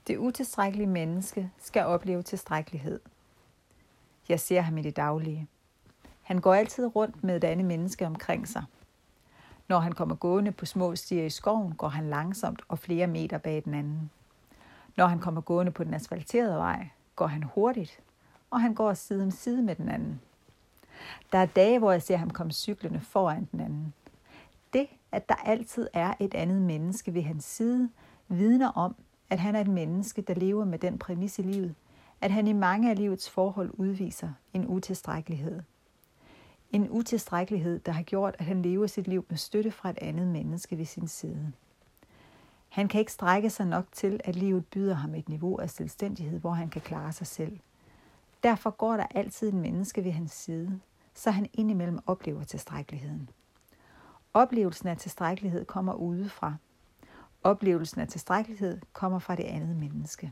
Det utilstrækkelige menneske skal opleve tilstrækkelighed. Jeg ser ham i det daglige. Han går altid rundt med et andet menneske omkring sig. Når han kommer gående på små stier i skoven, går han langsomt og flere meter bag den anden. Når han kommer gående på den asfalterede vej, går han hurtigt, og han går side om side med den anden. Der er dage, hvor jeg ser ham komme cyklende foran den anden. Det, at der altid er et andet menneske ved hans side, vidner om, at han er et menneske, der lever med den præmis i livet, at han i mange af livets forhold udviser en utilstrækkelighed. En utilstrækkelighed, der har gjort, at han lever sit liv med støtte fra et andet menneske ved sin side. Han kan ikke strække sig nok til, at livet byder ham et niveau af selvstændighed, hvor han kan klare sig selv. Derfor går der altid et menneske ved hans side, så han indimellem oplever tilstrækkeligheden. Oplevelsen af tilstrækkelighed kommer udefra. Oplevelsen af tilstrækkelighed kommer fra det andet menneske.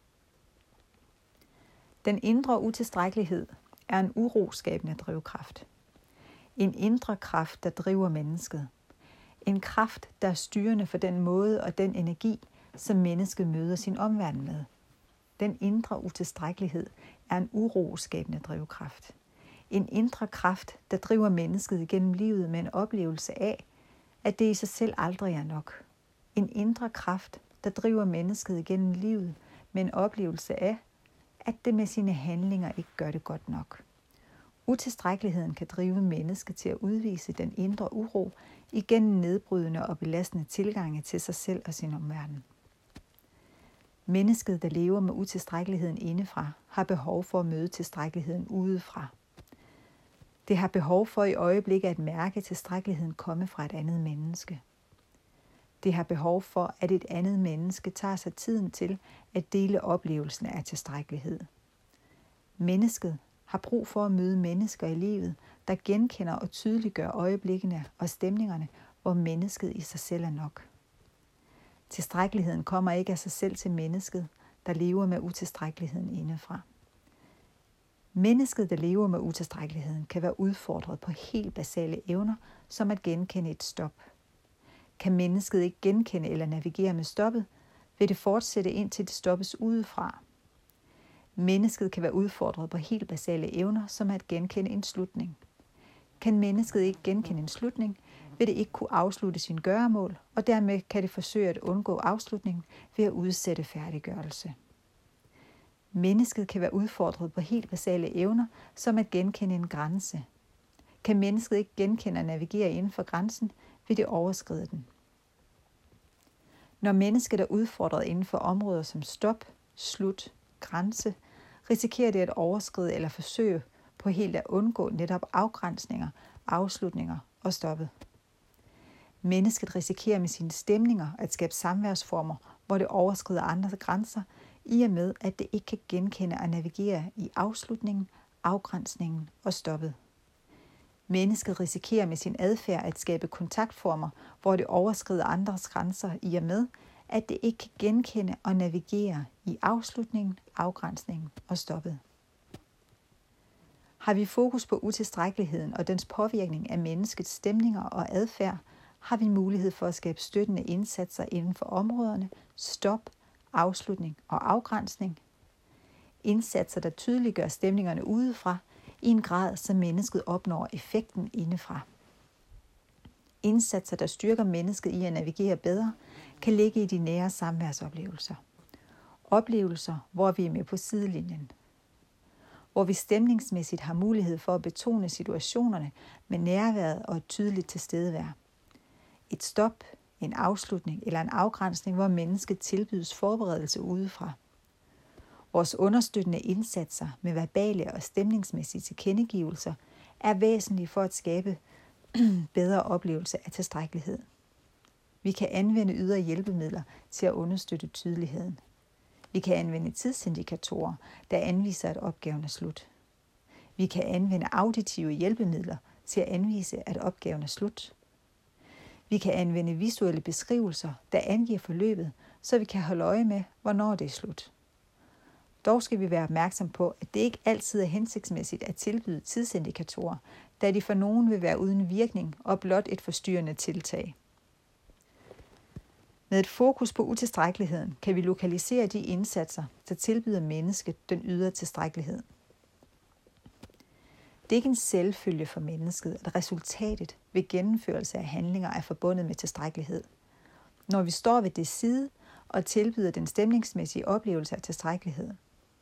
Den indre utilstrækkelighed er en uroskabende drivkraft. En indre kraft, der driver mennesket. En kraft, der er styrende for den måde og den energi, som mennesket møder sin omverden med. Den indre utilstrækkelighed er en uroskabende drivkraft. En indre kraft, der driver mennesket igennem livet med en oplevelse af, at det i sig selv aldrig er nok. En indre kraft, der driver mennesket igennem livet med en oplevelse af, at det med sine handlinger ikke gør det godt nok. Utilstrækkeligheden kan drive mennesket til at udvise den indre uro igennem nedbrydende og belastende tilgange til sig selv og sin omverden. Mennesket, der lever med utilstrækkeligheden indefra, har behov for at møde tilstrækkeligheden udefra. Det har behov for i øjeblikket at mærke tilstrækkeligheden komme fra et andet menneske. Det har behov for, at et andet menneske tager sig tiden til at dele oplevelsen af tilstrækkelighed. Mennesket har brug for at møde mennesker i livet, der genkender og tydeliggør øjeblikkene og stemningerne, hvor mennesket i sig selv er nok. Tilstrækkeligheden kommer ikke af sig selv til mennesket, der lever med utilstrækkeligheden indefra. Mennesket, der lever med utilstrækkeligheden, kan være udfordret på helt basale evner, som at genkende et stop. Kan mennesket ikke genkende eller navigere med stoppet, vil det fortsætte indtil det stoppes udefra. Mennesket kan være udfordret på helt basale evner, som at genkende en slutning. Kan mennesket ikke genkende en slutning, vil det ikke kunne afslutte sin gøremål, og dermed kan det forsøge at undgå afslutningen ved at udsætte færdiggørelse. Mennesket kan være udfordret på helt basale evner, som at genkende en grænse. Kan mennesket ikke genkende og navigere inden for grænsen, vil det overskride den. Når mennesket er udfordret inden for områder som stop, slut, grænse, risikerer det at overskride eller forsøge på helt at undgå netop afgrænsninger, afslutninger og stoppet. Mennesket risikerer med sine stemninger at skabe samværsformer, hvor det overskrider andres grænser, i og med at det ikke kan genkende og navigere i afslutningen, afgrænsningen og stoppet. Mennesket risikerer med sin adfærd at skabe kontaktformer, hvor det overskrider andres grænser, i og med at det ikke kan genkende og navigere i afslutningen, afgrænsningen og stoppet. Har vi fokus på utilstrækkeligheden og dens påvirkning af menneskets stemninger og adfærd, har vi mulighed for at skabe støttende indsatser inden for områderne stop, afslutning og afgrænsning. Indsatser, der tydeliggør stemningerne udefra i en grad, så mennesket opnår effekten indefra. Indsatser, der styrker mennesket i at navigere bedre, kan ligge i de nære samværsoplevelser. Oplevelser, hvor vi er med på sidelinjen. Hvor vi stemningsmæssigt har mulighed for at betone situationerne med nærværet og et tydeligt tilstedevær. Et stop, en afslutning eller en afgrænsning, hvor mennesket tilbydes forberedelse udefra. Vores understøttende indsatser med verbale og stemningsmæssige tilkendegivelser er væsentlige for at skabe bedre oplevelse af tilstrækkelighed. Vi kan anvende ydre hjælpemidler til at understøtte tydeligheden. Vi kan anvende tidsindikatorer, der anviser, at opgaven er slut. Vi kan anvende auditive hjælpemidler til at anvise, at opgaven er slut. Vi kan anvende visuelle beskrivelser, der angiver forløbet, så vi kan holde øje med, hvornår det er slut. Dog skal vi være opmærksom på, at det ikke altid er hensigtsmæssigt at tilbyde tidsindikatorer, da de for nogen vil være uden virkning og blot et forstyrrende tiltag. Med et fokus på utilstrækkeligheden kan vi lokalisere de indsatser, der tilbyder mennesket den ydre tilstrækkelighed. Det er ikke en selvfølge for mennesket, at resultatet ved gennemførelse af handlinger er forbundet med tilstrækkelighed. Når vi står ved det side og tilbyder den stemningsmæssige oplevelse af tilstrækkelighed,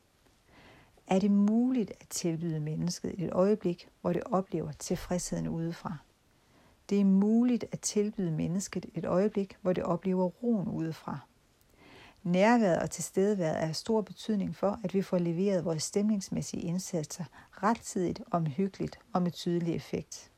er det muligt at tilbyde mennesket et øjeblik, hvor det oplever tilfredsheden udefra. Det er muligt at tilbyde mennesket et øjeblik, hvor det oplever roen udefra. Nærværet og tilstedeværet er af stor betydning for, at vi får leveret vores stemningsmæssige indsatser rettidigt, omhyggeligt og med tydelig effekt.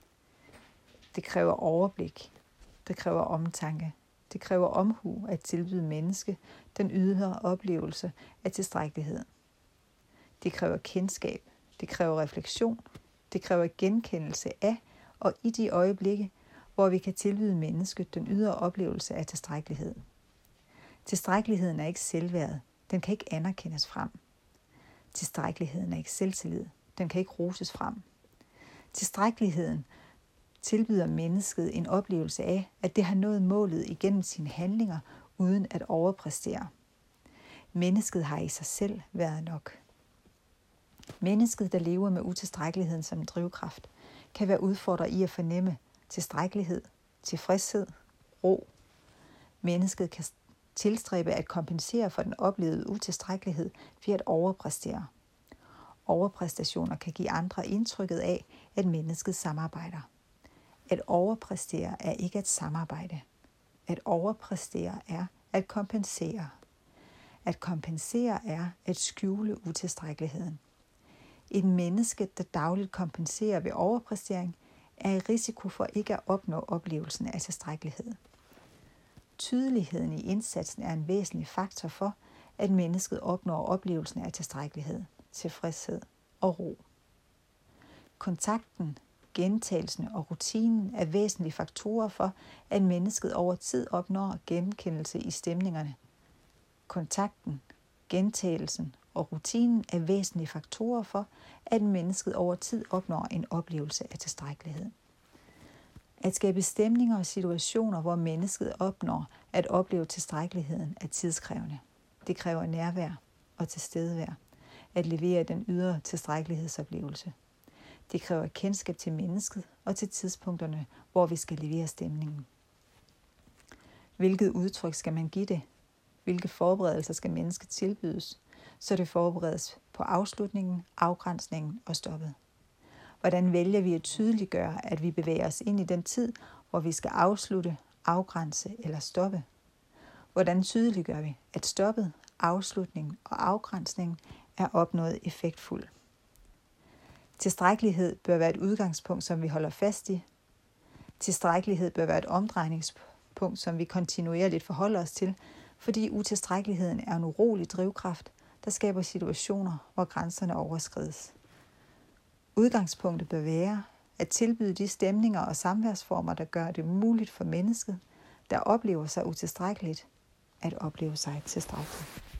Det kræver overblik. Det kræver omtanke. Det kræver omhu at tilbyde menneske den ydre oplevelse af tilstrækkelighed. Det kræver kendskab. Det kræver refleksion. Det kræver genkendelse af og i de øjeblikke, hvor vi kan tilbyde mennesket den ydre oplevelse af tilstrækkelighed. Tilstrækkeligheden er ikke selvværd. Den kan ikke anerkendes frem. Tilstrækkeligheden er ikke selvtillid. Den kan ikke roses frem. Tilstrækkeligheden tilbyder mennesket en oplevelse af, at det har nået målet igennem sine handlinger, uden at overpræstere. Mennesket har i sig selv været nok. Mennesket, der lever med utilstrækkeligheden som en drivkraft, kan være udfordret i at fornemme tilstrækkelighed, tilfredshed, ro. Mennesket kan tilstræbe at kompensere for den oplevede utilstrækkelighed ved at overpræstere. Overpræstationer kan give andre indtrykket af, at mennesket samarbejder. At overpræstere er ikke at samarbejde. At overpræstere er at kompensere. At kompensere er at skjule utilstrækkeligheden. Et menneske, der dagligt kompenserer ved overpræstering, er i risiko for ikke at opnå oplevelsen af tilstrækkelighed. Tydeligheden i indsatsen er en væsentlig faktor for, at mennesket opnår oplevelsen af tilstrækkelighed, tilfredshed og ro. Kontakten, gentagelsen og rutinen er væsentlige faktorer for, at mennesket over tid opnår genkendelse i stemningerne. Kontakten, gentagelsen og rutinen er væsentlige faktorer for, at mennesket over tid opnår en oplevelse af tilstrækkelighed. At skabe stemninger og situationer, hvor mennesket opnår at opleve tilstrækkeligheden, er tidskrævende. Det kræver nærvær og tilstedevær at levere den ydre tilstrækkelighedsoplevelse. Det kræver kendskab til mennesket og til tidspunkterne, hvor vi skal levere stemningen. Hvilket udtryk skal man give det? Hvilke forberedelser skal mennesket tilbydes, så det forberedes på afslutningen, afgrænsningen og stoppet? Hvordan vælger vi at tydeliggøre, at vi bevæger os ind i den tid, hvor vi skal afslutte, afgrænse eller stoppe? Hvordan tydeliggør vi, at stoppet, afslutningen og afgrænsningen er opnået effektfuldt? Tilstrækkelighed bør være et udgangspunkt, som vi holder fast i. Tilstrækkelighed bør være et omdrejningspunkt, som vi kontinuerligt forholder os til, fordi utilstrækkeligheden er en urolig drivkraft, der skaber situationer, hvor grænserne overskrides. Udgangspunktet bør være at tilbyde de stemninger og samværsformer, der gør det muligt for mennesket, der oplever sig utilstrækkeligt, at opleve sig tilstrækkeligt.